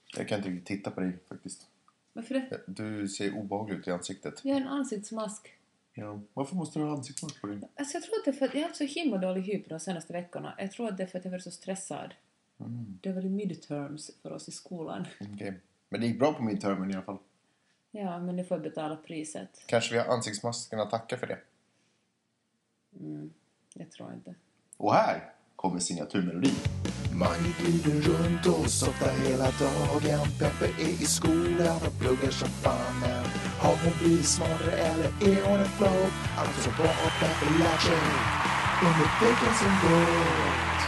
Jag kan inte titta på dig faktiskt. Varför det? Du ser obehaglig ut i ansiktet. Jag har en ansiktsmask. Ja. Varför måste du ha ansiktsmask på dig? Alltså jag tror att det är för att jag har haft så himla dålig hyper de senaste veckorna. Jag tror att det är för att jag var så stressad. Det var det midterms för oss i skolan. Okej. Men det gick bra på midtermen i alla fall. Ja, men nu får jag betala priset. Kanske vi har ansiktsmaskerna att tacka för det. Jag tror inte. Och här kommer signaturmelodin. Man glider runt och softar hela dagen. Peppe är i skolan och pluggar som fan. Har hon blivit smartare eller är hon en flow? Alltså vad har Peppe lärt sig under veckan som gått?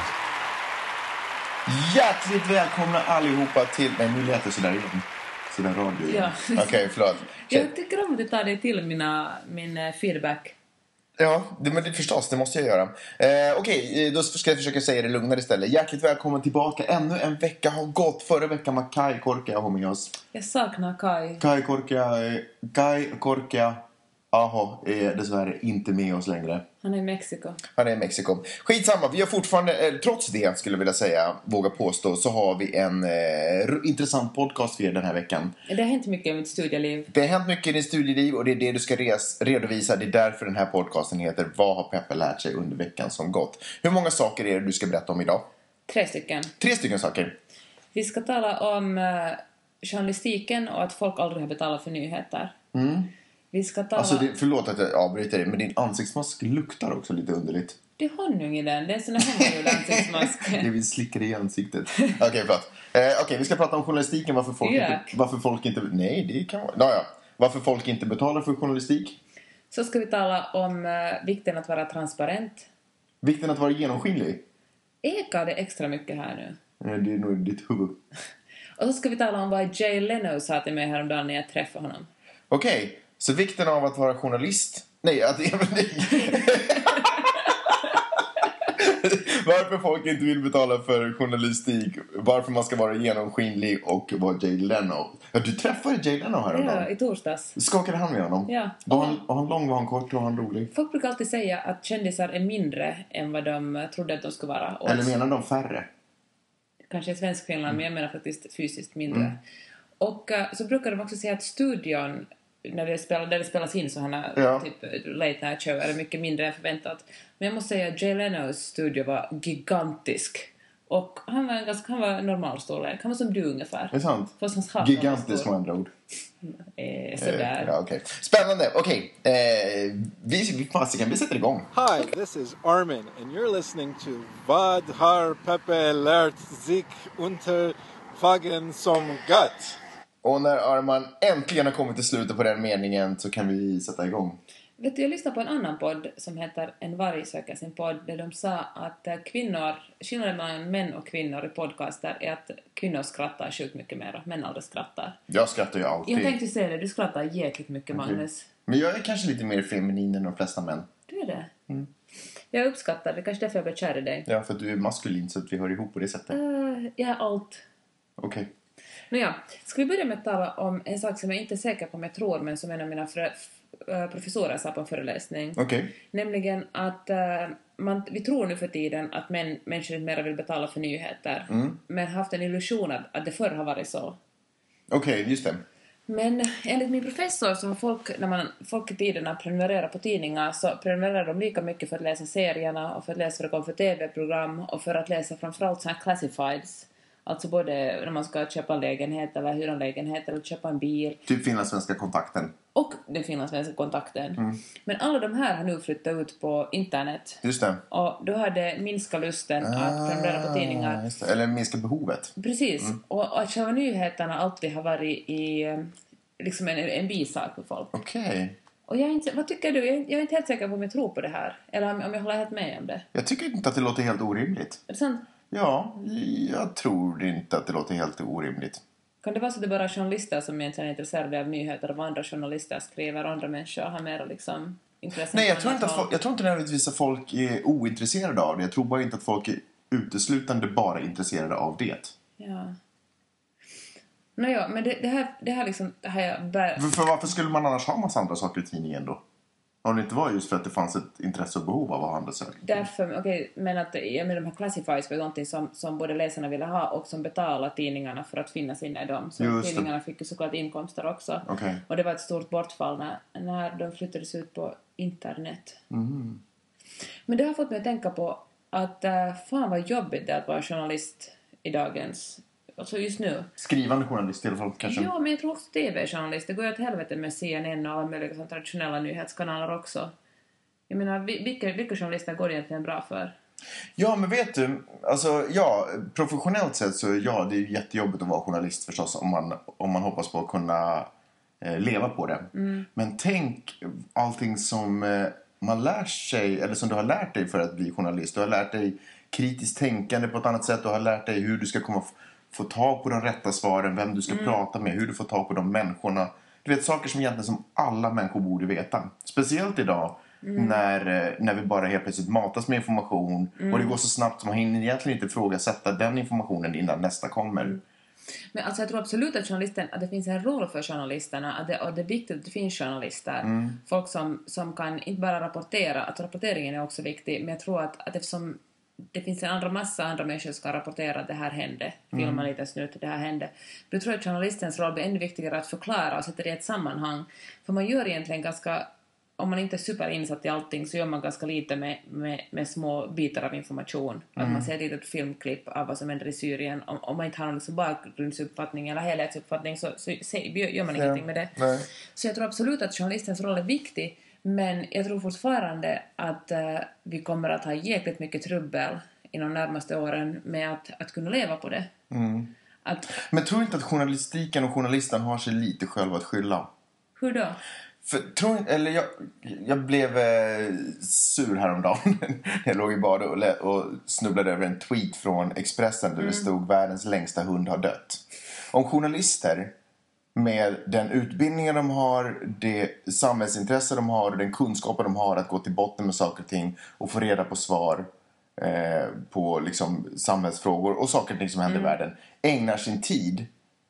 Hjärtligt välkomna allihopa till... Nej, nu lät det sådär innan. Sådär radio. Ja. Okej, förlåt. Jag tycker om att du tar dig till min feedback. Ja, men det förstås, det måste jag göra. Okej, då ska jag försöka säga det lugnare istället. Hjärtligt välkommen tillbaka. Ännu en vecka har gått. Förra veckan var Kai Korkia har med oss. Jag saknar Kai. Kai Korkia Aho är dessvärre inte med oss längre. Han är i Mexiko. Han är i Mexiko. Skitsamma, vi har fortfarande, trots det skulle jag vilja säga, våga påstå, så har vi en intressant podcast för er den här veckan. Det har hänt mycket i mitt studieliv. Det har hänt mycket i din studieliv och det är det du ska redovisa. Det är därför den här podcasten heter Vad har Peppe lärt sig under veckan som gått? Hur många saker är det du ska berätta om idag? 3 stycken. 3 stycken saker. Vi ska tala om journalistiken och att folk aldrig har betalat för nyheter. Vi ska tala... Alltså, förlåt att jag avbryter dig, men din ansiktsmask luktar också lite underligt. Det är honung i den. Det är en sån här hemmagjord ansiktsmask. Jag vill slicka dig i ansiktet. Okej, förlåt. Okej, vi ska prata om journalistiken. Varför folk inte... Nej, det kan vara... Ja. Varför folk inte betalar för journalistik. Så ska vi tala om vikten att vara transparent. Vikten att vara genomskinlig. Ekar det extra mycket här nu? Det är nog ditt huvud. Och så ska vi tala om vad Jay Leno sa till mig häromdagen när jag träffade honom. Okej, så vikten av att vara journalist... Nej, att... Varför folk inte vill betala för journalistik. Varför man ska vara genomskinlig och vara Jay Leno. Ja, du träffade Jay Leno häromdagen. Ja, i torsdags. Skakade han med honom? Ja. Var han lång, var han kort, var han rolig? Folk brukar alltid säga att kändisar är mindre än vad de trodde att de skulle vara. Och Eller menar de färre? kanske i svensk Finland, men jag menar faktiskt fysiskt mindre. Och så brukar de också säga att studion, när det spelas in så här typ late night show, är det mycket mindre än förväntat. Men jag måste säga att Jay Lenos studio var gigantisk. Och han var normalstorlek. Han var som du ungefär. Det är sant. Fast hans hatt Gigantisk med andra ord. Sådär. Ja, okay. Spännande. Okej. Vi sätter igång. Hi, this is Armin, and you're listening to Vad har Peppe lärt sig under veckan som gått? Och när Arman äntligen har kommit till slutet på den meningen så kan vi sätta igång. Vet du, jag lyssnade på en annan podd som heter En varg söker sin podd, där de sa att skillnaden mellan män och kvinnor i podcaster är att kvinnor skrattar sjukt mycket mer, män aldrig skrattar. Jag skrattar ju alltid. Jag tänkte säga det, du skrattar jäkligt mycket, Magnus. Men jag är kanske lite mer feminin än de flesta män. Du är det? Jag uppskattar det, kanske därför jag blev kär i dig. Ja, för att du är maskulin så att vi hör ihop på det sättet. Jag är allt. Okej. Nåja, ska vi börja med att tala om en sak som jag inte är säker på om jag tror, men som en av mina professorer sa på en föreläsning. Okej. Nämligen att vi tror nu för tiden att människor inte mer vill betala för nyheter. Men har haft en illusion att det förr har varit så. Okej, just det. Men enligt min professor så har när folk i tiderna prenumererar på tidningar, så prenumererar de lika mycket för att läsa serierna och för att läsa vad det kommer för tv-program och för att läsa framförallt sådana classifieds. Alltså både när man ska köpa en lägenhet eller hyra en lägenhet eller köpa en bil. Typ finlandssvenska kontakten. Och den finlandssvenska kontakten. Men alla de här har nu flyttat ut på internet. Just det. Och då har det minskat lusten att prenumerera på tidningar. Just det. Eller minskat behovet. Precis. Och att själva nyheterna alltid har varit i liksom en bisak för folk. Okej. Och vad tycker du? Jag är inte helt säker på om jag tror på det här. Eller om jag håller helt med om det. Jag tycker inte att det låter helt orimligt. Är det sant? Ja, jag tror inte att det låter helt orimligt. Kan det vara så att det bara är journalister som egentligen är intresserade av nyheter och vad andra journalister skriver och andra människor har mer liksom intresse? Nej, jag tror inte nödvändigtvis att folk är ointresserade av det. Jag tror bara inte att folk är uteslutande bara intresserade av det. Ja. Nåja, men det här liksom... Det här för varför skulle man annars ha massa andra saker i tidningen då? Har det inte varit just för att det fanns ett intresse och behov av att ha andra sökare? Därför, men att de här classifies var någonting som både läsarna ville ha och som betalade tidningarna för att finnas inne i dem. Så Just tidningarna det. fick ju såklart inkomster också. Okay. Och det var ett stort bortfall när de flyttades ut på internet. Mm. Men det har fått mig att tänka på att fan vad jobbigt det är att vara journalist i dagens... Alltså just nu. Skrivande journalist i alla fall kanske? Ja, men jag tror också tv-journalist. Det går ju åt helvete med CNN och alla möjliga traditionella nyhetskanaler också. Jag menar, vilka journalister går det egentligen bra för? Ja, men vet du, alltså, ja, professionellt sett så ja, det är ju jättejobbigt att vara journalist förstås om man hoppas på att kunna leva på det. Mm. Men tänk allting som man lär sig, eller som du har lärt dig för att bli journalist. Du har lärt dig kritiskt tänkande på ett annat sätt. Du har lärt dig hur du ska få tag på de rätta svaren, vem du ska prata med, hur du får tag på de människorna. Du vet, saker som egentligen som alla människor borde veta. Speciellt idag när vi bara helt plötsligt matas med information och det går så snabbt som man hinner egentligen inte ifrågasätta den informationen innan nästa kommer. Men alltså jag tror absolut att det finns en roll för journalisterna, att det är viktigt att det finns journalister. Folk som kan inte bara rapportera, att rapporteringen är också viktig, men jag tror att eftersom det finns en massa andra människor som kan rapportera att det här hände, filma lite snut att det här hände. Men jag tror att journalistens roll blir ännu viktigare att förklara och sätta det i ett sammanhang. För man gör egentligen ganska, om man inte är superinsatt i allting så gör man ganska lite med små bitar av information. Att man ser ett litet filmklipp av vad som händer i Syrien. Om man inte har någon bakgrundsuppfattning eller helhetsuppfattning så gör man ingenting med det. Nej. Så jag tror absolut att journalistens roll är viktig. Men jag tror fortfarande att vi kommer att ha jäkligt mycket trubbel inom närmaste åren med att kunna leva på det. Men tror inte att journalistiken och journalisten har sig lite själva att skylla? Hur då? För, jag blev sur häromdagen. Jag låg i badet och snubblade över en tweet från Expressen där det stod världens längsta hund har dött. Om journalister med den utbildningen de har, det samhällsintresse de har och den kunskapen de har att gå till botten med saker och ting och få reda på svar på liksom samhällsfrågor och saker och ting som händer i världen, ägnar sin tid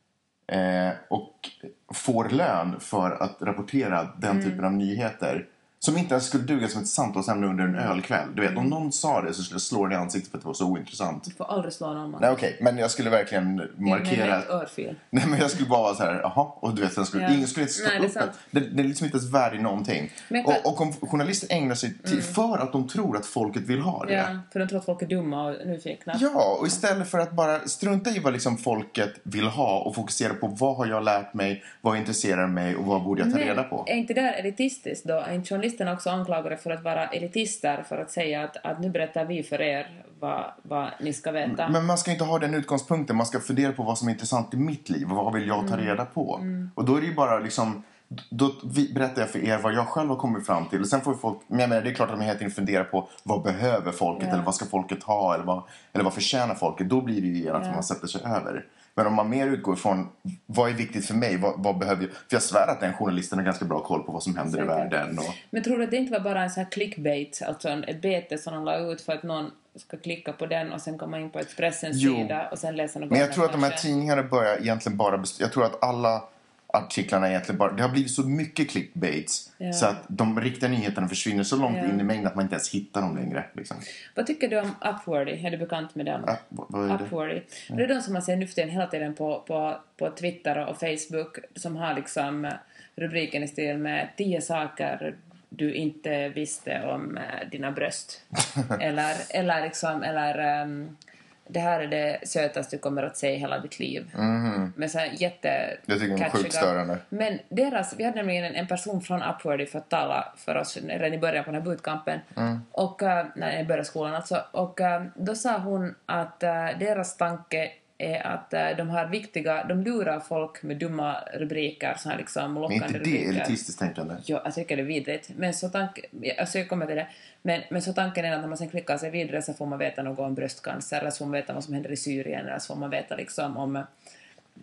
och får lön för att rapportera den typen av nyheter som inte ens skulle duga som ett samtalsämne under en ölkväll. Du vet, om någon sa det så skulle jag slå den i ansiktet för att det var så ointressant. Du får aldrig slå någon. Nej, okej. Men jag skulle verkligen markera... Ett örfil. Nej, men jag skulle bara vara så här, jaha. Och du vet, ingen skulle inte stå upp. Det är liksom inte ens värd i någonting. Och om journalister ägnar sig till för att de tror att folket vill ha det. Ja, för de tror att folk är dumma och nyfikna. Ja, och istället för att bara strunta i vad liksom folket vill ha och fokusera på vad har jag lärt mig, vad intresserar mig och vad borde jag ta reda på. Är inte det elitistiskt då? Är inte journalisterna också anklagade för att vara elitister, för att säga att nu berättar vi för er vad ni ska veta? Men man ska inte ha den utgångspunkten. Man ska fundera på vad som är intressant i mitt liv och vad vill jag ta reda på. Och då är det ju bara liksom, då berättar jag för er vad jag själv har kommit fram till. Och sen får folk, men det är klart att de hela tiden funderar på vad behöver folket eller vad ska folket ha eller vad förtjänar folket. Då blir det ju att man sätter sig över. Men om man mer utgår från vad är viktigt för mig, vad behöver jag? För jag svär att den journalisten har ganska bra koll på vad som händer i världen. Men tror du att det inte var bara en sån här clickbait, alltså ett bete som de la ut för att någon ska klicka på den och sen komma in på Expressens sida och sen läsa något. Men jag tror att de här tidningarna börjar egentligen bara... Jag tror att alla artiklarna egentligen bara... Det har blivit så mycket clickbaits så att de riktiga nyheterna försvinner så långt in i mängden att man inte ens hittar dem längre. Liksom. Vad tycker du om Upworthy? Är du bekant med dem? Vad är det? Upworthy. Det är de som man ser nu för tiden hela tiden på Twitter och Facebook som har liksom rubriken i stil med 10 saker du inte visste om dina bröst. eller det här är det sötaste du kommer att se hela ditt liv. Men så jätte... Jag tycker det är sjukt störande. Men vi hade nämligen en person från Upworthy för att tala för oss redan i början på den här bootcampen. Och, i början skolan alltså. Och då sa hon att deras tanke är att de lurar folk med dumma rubriker, så här liksom lockande rubriker. Men inte det elitistiskt tänkande? Ja, jag tycker det är vidrigt. Men så jag kommer till det. Men så tanken är att när man sen klickar sig vidare så får man veta något om bröstcancer, eller så får man veta vad som händer i Syrien, eller så får man veta liksom om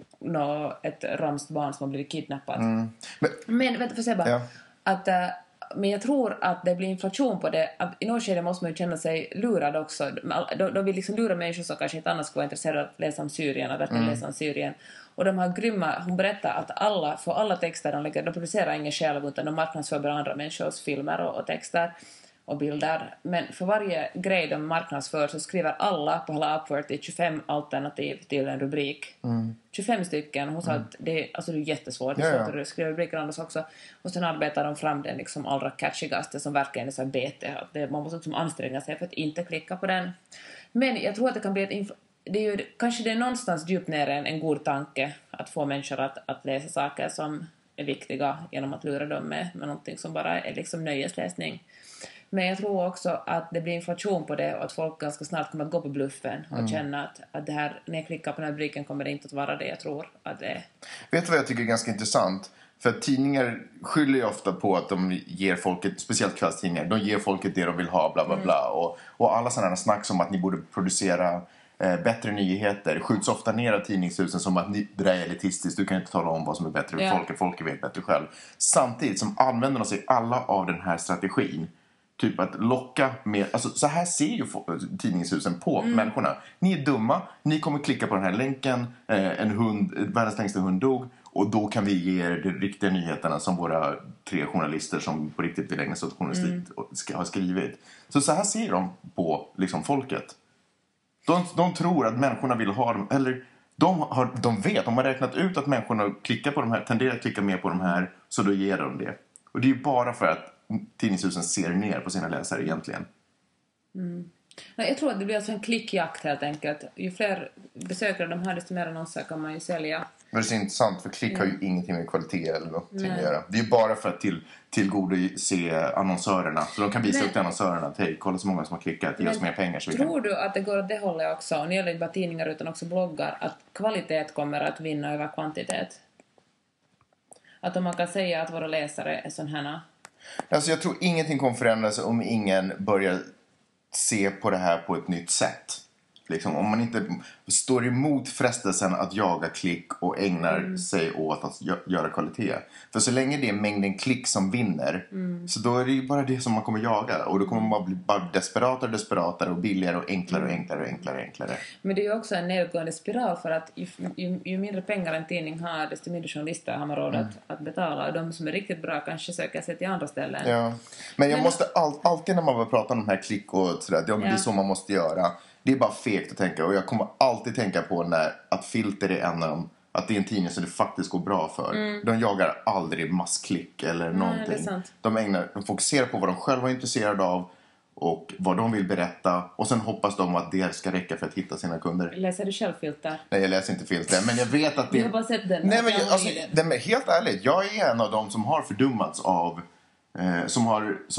ett ramskt barn som har blivit kidnappat. Men vänta, får jag säga bara att Men jag tror att det blir inflation på det. Att i något skede måste man ju känna sig lurad också. De vill liksom lura människor som kanske inte annars skulle vara intresserade av att läsa om Syrien och verkligen läsa om Syrien. Och de här grymma, hon berättar att alla texter de producerar ingen själv utan de marknadsför bara andra människors filmer och texter och bilder. Men för varje grej de marknadsför så skriver alla på hela Upworthy 25 alternativ till en rubrik. 25 stycken. Hon sa att det är jättesvårt. Det är svårt att skriva rubriker annars också. Och sen arbetar de fram den liksom allra catchigaste som verkligen är så här bete. Man måste liksom anstränga sig för att inte klicka på den. Men jag tror att det kan bli kanske det är någonstans djupt ner en god tanke att få människor att läsa saker som är viktiga genom att lura dem med någonting som bara är liksom nöjesläsning. Men jag tror också att det blir inflation på det och att folk ganska snart kommer att gå på bluffen och känna att det här, när jag klickar på den här rubriken kommer det inte att vara det jag tror att det är. Vet du vad jag tycker är ganska intressant? För att tidningar skyller ju ofta på att de ger folket, speciellt kvällstidningar, de ger folket det de vill ha, bla bla bla. Och alla sådana snack om att ni borde producera bättre nyheter skjuts ofta ner av tidningshusen som att det där är elitistiskt, du kan inte tala om vad som är bättre för folket vet bättre själv. Samtidigt som använder de sig alla av den här strategin. Typ att locka med... Alltså så här ser ju tidningshusen på människorna. Ni är dumma, ni kommer klicka på den här länken. Världens längsta hund dog. Och då kan vi ge er de riktiga nyheterna som våra 3 journalister som på riktigt vill ägna sig åt journalistik har skrivit. Så här ser de på liksom, folket. De tror att människorna vill ha dem... Eller de har räknat ut att människorna klickar på de här, tenderar att klicka mer på de här. Så då ger de det. Och det är ju bara för att tidningshusen ser ner på sina läsare egentligen. Nej, jag tror att det blir alltså en klickjakt helt enkelt. Ju fler besökare de har desto mer annonser kan man ju sälja. Men det är så intressant för klick har ju ingenting med kvalitet eller någonting att göra. Det är ju bara för att tillgodose annonsörerna. Så de kan visa upp till annonsörerna att hej, kolla så många som har klickat, ge oss mer pengar. Så tror du att det går åt det hållet också? Och det gäller inte bara tidningar utan också bloggar. Att kvalitet kommer att vinna över kvantitet? Att om man kan säga att våra läsare är sån här. Alltså jag tror ingenting kommer förändras om ingen börjar se på det här på ett nytt sätt. Liksom, om man inte står emot frestelsen att jaga klick och ägnar sig åt att göra kvalitet. För så länge det är mängden klick som vinner så då är det ju bara det som man kommer jaga. Och då kommer man bli bara desperatare och billigare och enklare. Men det är ju också en nedgående spiral för att ju mindre pengar en tidning har desto mindre journalister har man råd att betala. Och de som är riktigt bra kanske söker sig till andra ställen. Ja. Men jag måste alltid när man börjar prata om de här klick och sådär, det är så man måste göra. Det är bara fegt att tänka. Och jag kommer alltid tänka på att Filter är en av dem. Att det är en tidning som det faktiskt går bra för. De jagar aldrig massklick eller någonting. De fokuserar på vad de själva är intresserade av. Och vad de vill berätta. Och sen hoppas de att det ska räcka för att hitta sina kunder. Läser du själv Filter? Nej, jag läser inte Filter. Men jag vet att det... Jag har bara sett den. Nej, men helt ärligt. Jag är en av dem som har fördummats av... Som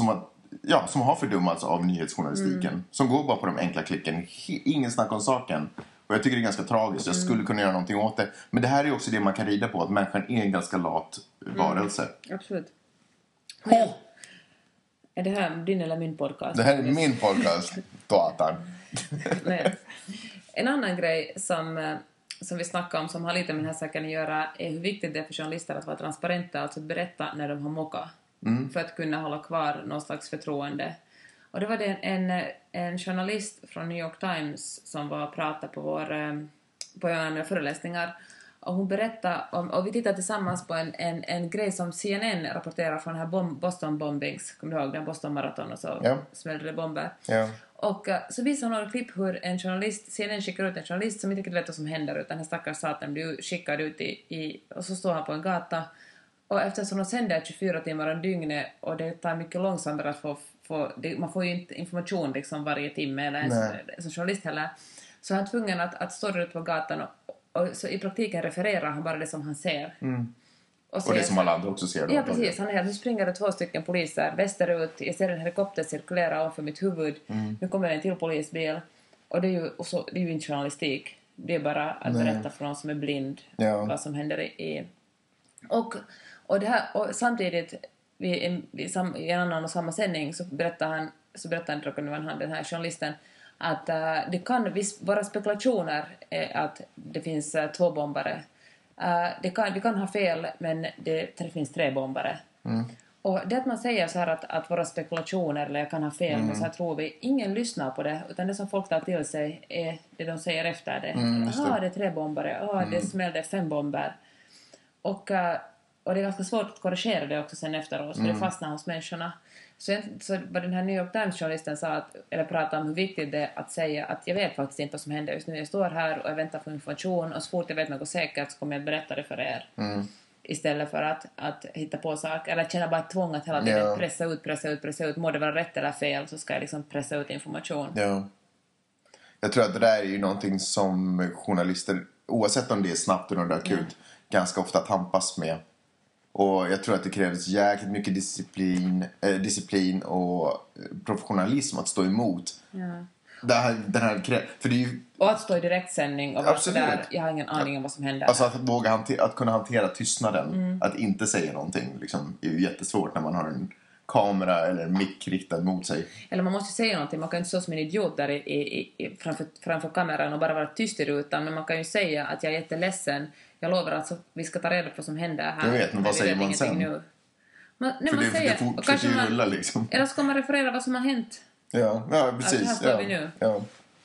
har fördummats av nyhetsjournalistiken. Som går bara på de enkla klicken. Ingen snack om saken. Och jag tycker det är ganska tragiskt. Jag skulle kunna göra någonting åt det. Men det här är också det man kan rida på. Att människan är en ganska lat varelse. Absolut. Är det här din eller min podcast? Det här är min podcast. Datan. Nej. En annan grej som vi snackar om som har lite med den här saken att göra är hur viktigt det är för journalister att vara transparenta. Alltså att berätta när de har mockat. För att kunna hålla kvar någon slags förtroende. Och det var det en journalist från New York Times som var och pratade på våra föreläsningar. Och hon berättade och vi tittade tillsammans på en grej som CNN rapporterar från den här Boston bombings. Kommer du ihåg den Boston Marathon och så smällde det bomber. Ja. Och så visar hon några klipp hur en journalist, CNN skickar ut en journalist som inte riktigt vet vad som händer utan den stackars satan blir skickad ut och så står han på en gata. Och eftersom de sänder 24 timmar om dygnet och det tar mycket långsammare att man får ju inte information liksom varje timme eller som journalist heller. Så han är tvungen att stå ut på gatan och så i praktiken refererar han bara det som han ser. Och det som alla andra också ser. Ja, precis. Nu springer det 2 stycken poliser västerut. Jag ser en helikopter cirkulera ovanför mitt huvud. Nu kommer en till polisbil. Och det är ju inte journalistik. Det är bara att berätta för någon som är blind vad som händer i... Och det här, och samtidigt i en annan och samma sändning så berättar han den här journalisten att det kan vara spekulationer att det finns 2 bombare. Vi kan ha fel men det finns 3 bombare. Och det att man säger så här att våra spekulationer, eller jag kan ha fel, men så här tror vi, ingen lyssnar på det, utan det som folk tar till sig är det de säger efter det. Det är 3 bombare, det smällde 5 bomber. Och det är ganska svårt att korrigera det också sen efteråt, för det fastnar hos människorna. Så vad den här New York Times-journalisten sa, eller pratade om hur viktigt det är att säga att jag vet faktiskt inte vad som händer just nu. Jag står här och jag väntar på information, och så fort jag vet något säkert så kommer jag berätta det för er. Istället för att hitta på saker, eller känna bara tvång att hela tiden pressa ut. Må det vara rätt eller fel, så ska jag liksom pressa ut information. Ja. Jag tror att det där är ju någonting som journalister, oavsett om det är snabbt eller akut, ganska ofta tampas med. Och jag tror att det krävs jäkligt mycket disciplin och professionalism att stå emot. Ja. För det är ju... Och att stå i direktsändning och vara där, jag har ingen aning om vad som händer. Alltså att kunna hantera tystnaden, att inte säga någonting liksom, är ju jättesvårt när man har en kamera eller en mick riktad mot sig. Eller man måste säga någonting, man kan inte stå som en idiot där framför kameran och bara vara tyst i rutan, men man kan ju säga att jag är jätteledsen, jag lovar att vi ska ta reda på vad som händer här. Jag vet, men vad säger man sen? Nu. Man det säger, fortsätter ju rulla liksom. Eller ska man referera vad som har hänt? Ja precis. Här står vi nu. Ja.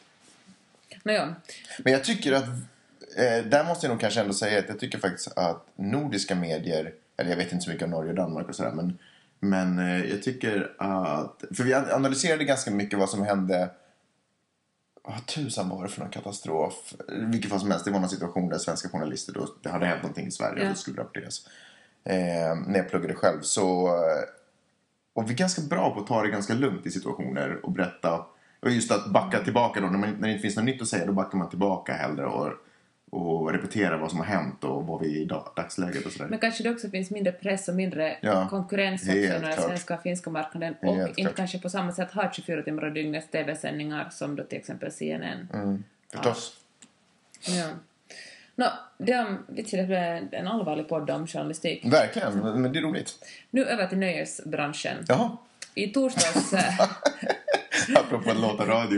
Men jag tycker att där måste jag nog kanske ändå säga att jag tycker faktiskt att nordiska medier, eller jag vet inte så mycket om Norge och Danmark och sådär, men jag tycker att, för vi analyserade ganska mycket vad som hände, vad tusan var det för någon katastrof, vilket fall som helst, det var någon situation där svenska journalister då, det hade hänt någonting i Sverige och det skulle rapporteras när jag pluggade själv, så och vi är ganska bra på att ta det ganska lugnt i situationer och berätta. Och just att backa tillbaka då. När det inte finns något nytt att säga, då backar man tillbaka hellre och repetera vad som har hänt och vad vi är i dagsläget och sådär. Men kanske det också finns mindre press och mindre konkurrens också när den svenska och finska marknaden. Och inte kanske på samma sätt har 24 timmar och dygnets tv-sändningar som då till exempel CNN. Förstås. Ja. Det blev en allvarlig podd om journalistik. Verkligen, men det är roligt. Nu över till nöjesbranschen. Jaha. I torsdags... Apropå att låta radio.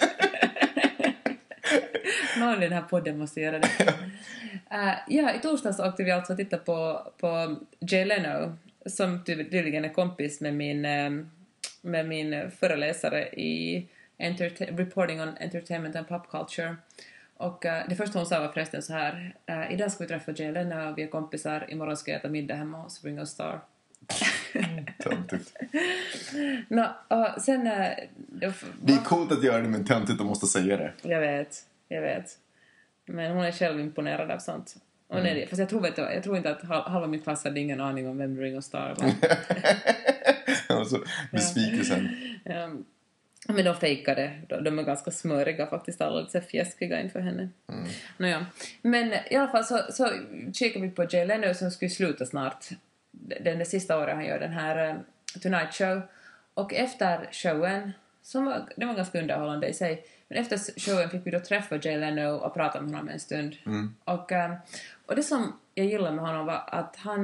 Någon i den här podden måste göra det. I torsdags åkte vi alltså titta på Jay Leno, som tydligen är kompis med min föreläsare i Reporting on Entertainment and Pop Culture. Och det första hon sa var förresten så här: idag ska vi träffa Jay Leno, vi är kompisar, imorgon ska jag äta middag hemma hos Ringo Starr. Töntigt. Sen... det är coolt att göra det, men töntigt och måste säga det. Jag vet. Men hon är själv imponerad av sånt. Fast jag tror inte att halva min klass hade ingen aning om vem Ringo Starr var. Alltså, besvikelsen. Men de fejkade. De är ganska smöriga faktiskt, alla lite fjäskiga inför henne. Men i alla fall så kikar vi på Jay Leno som skulle sluta snart. Det sista året han gör den här Tonight Show. Och efter showen, det var ganska underhållande i sig, men efter showen fick vi då träffa Jay Leno och prata med honom en stund. Och det som jag gillade med honom var att han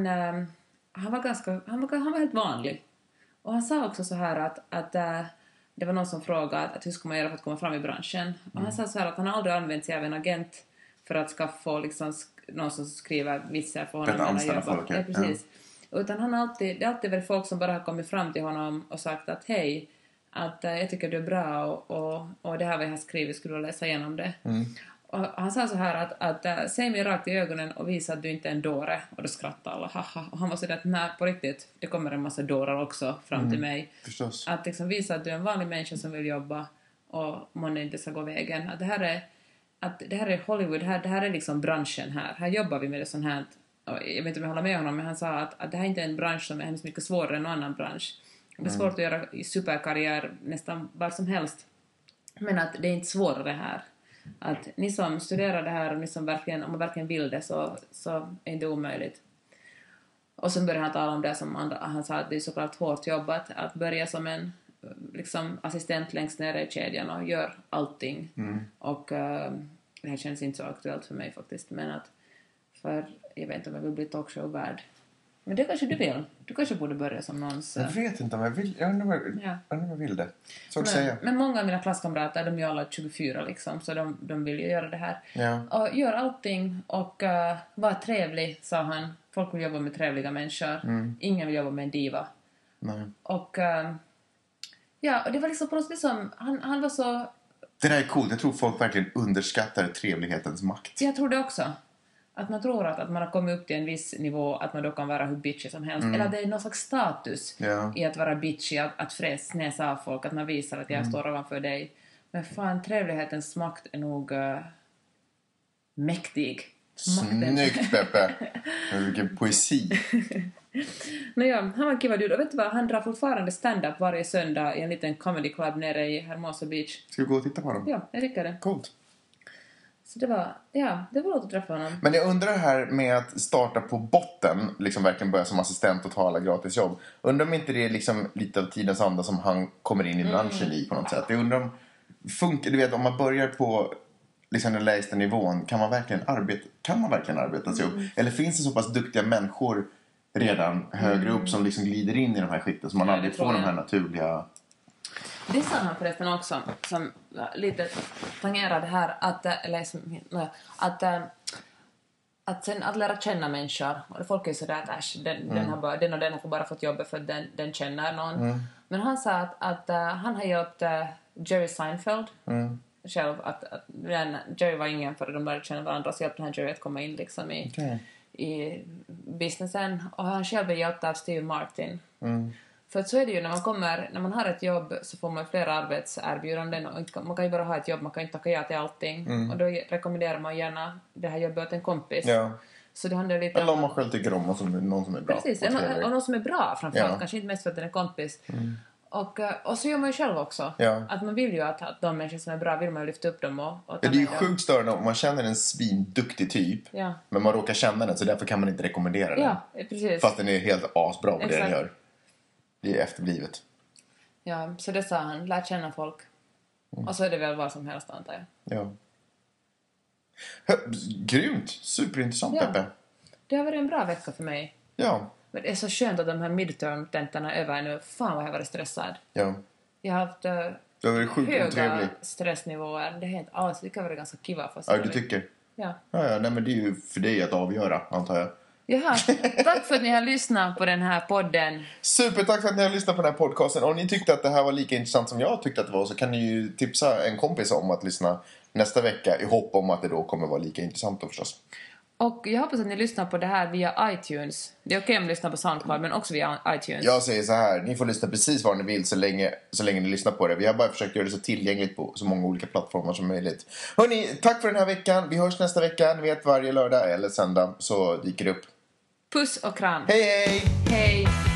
var helt vanlig. Och han sa också så här att det var någon som frågade att hur ska man göra för att komma fram i branschen. Och han sa så här att han aldrig använt sig av en agent för att ska få liksom någon som skriver vitsar för honom. Anställa folk. Ja, precis. Utan det har alltid varit folk som bara har kommit fram till honom och sagt att hej, att jag tycker du är bra och det här vad jag har skrivit, skulle du läsa igenom det. Och han sa så här att säg mig rakt i ögonen och visa att du inte är en dåre. Och då skrattade alla, haha. Och han var så där att nej, på riktigt, det kommer en massa dårar också fram till mig. Förstås. Att liksom visa att du är en vanlig människa som vill jobba och man inte ska gå vägen. Att det här är Hollywood, det här är liksom branschen här. Här jobbar vi med det sånt här. Och jag vet inte om jag håller med honom, men han sa att det här inte är en bransch som är hemskt mycket svårare än någon annan bransch. Det är svårt att göra superkarriär nästan var som helst. Men att det är inte svårare här. Att ni som studerar det här och ni som verkligen, om man verkligen vill det så är det omöjligt. Och sen började han tala om det som han sa att det är såklart hårt jobbat att börja som en liksom, assistent längst ner i kedjan och gör allting. Och det här känns inte så aktuellt för mig faktiskt, men att för jag vet inte om jag vill bli talkshow-värd. Men det kanske du vill. Du kanske borde börja som någons... Jag vet inte om jag vill. Jag undrar om jag vill det. Så att säga. Men många av mina klasskamrater, de är alla 24 liksom. Så de vill ju göra det här. Ja. Och gör allting och var trevlig, sa han. Folk vill jobba med trevliga människor. Ingen vill jobba med en diva. Nej. Och ja, och det var liksom på något sätt som han var så... Det där är coolt. Jag tror folk verkligen underskattar trevlighetens makt. Jag tror det också. Att man tror att man har kommit upp till en viss nivå, att man då kan vara hur bitchy som helst. Eller det är någon slags status i att vara bitchy, att fräsnäsa av folk, att man visar att jag står ovanför dig. Men fan, trevlighetens makt är nog mäktig. Snyggt, Peppe! Vilken poesi. Nåja, han var kiva dude. Och vet du vad, han drar fortfarande stand-up varje söndag i en liten comedy club nere i Hermosa Beach. Ska vi gå och titta på dem? Ja, jag tycker det. Coolt. Så det var roligt att träffa honom. Men jag undrar här med att starta på botten, liksom verkligen börja som assistent och ta alla gratis jobb. Undrar om inte det är liksom lite av tidens anda som han kommer in i branschen i på något sätt. Jag undrar om, du vet, om man börjar på liksom den lägsta nivån, kan man verkligen arbeta sig upp? Eller finns det så pass duktiga människor redan högre upp som liksom glider in i de här skikten så man aldrig får de här naturliga... Det sa han förresten också, som lite tangerade här, att sen att lära känna människor. Och folk är ju sådär att den och den har bara fått jobbet för att den känner någon. Men han sa att han har gjort Jerry Seinfeld själv. Att Jerry var ingen för att de började känna varandra, så hjälpte han Jerry att komma in liksom i businessen. Och han själv är gjort av Steve Martin. För att så är det ju när man har ett jobb så får man flera arbetserbjudanden och man kan ju bara ha ett jobb, man kan inte tacka ja till allting. Och då rekommenderar man gärna det här jobbet åt en kompis. Ja. Så det handlar lite eller om man själv tycker om någon som är bra. Precis, och någon som är bra framförallt, kanske inte mest för att den är kompis. Och så gör man ju själv också. Att man vill ju att de människor som är bra vill man lyfta upp dem och det är ju sjukt störande om man känner en svinduktig typ. Men man råkar känna den, så därför kan man inte rekommendera den. Ja, precis. Fast den är helt asbra på det den gör. Det är efterblivet. Ja, så det sa han. Lär känna folk. Och så är det väl vad som helst, antar jag. Ja. Grymt. Superintressant, Peppe. Det har varit en bra vecka för mig. Ja. Men det är så skönt att de här midterm-tentorna är över nu. Fan vad jag har varit stressad. Ja. Jag har haft det har varit sjukt höga otrevligt stressnivåer. Det är helt alls. Det kan vara ganska kiva. Ja, du tycker? Ja. Ja, nej, men det är ju för dig att avgöra, antar jag. Jaha, tack för att ni har lyssnat på den här podden. Supertack för att ni har lyssnat på den här podcasten. Om ni tyckte att det här var lika intressant som jag tyckte att det var, så kan ni ju tipsa en kompis om att lyssna nästa vecka i hopp om att det då kommer vara lika intressant då förstås. Och jag hoppas att ni lyssnar på det här via iTunes. Det är okej om ni lyssnar på SoundCloud, men också via iTunes. Jag säger så här, ni får lyssna precis var ni vill så länge ni lyssnar på det. Vi har bara försökt göra det så tillgängligt på så många olika plattformar som möjligt. Hörrni, tack för den här veckan. Vi hörs nästa vecka. Ni vet, varje lördag eller söndag så dyker det upp. Puss och kram. Hej, hej! Hej!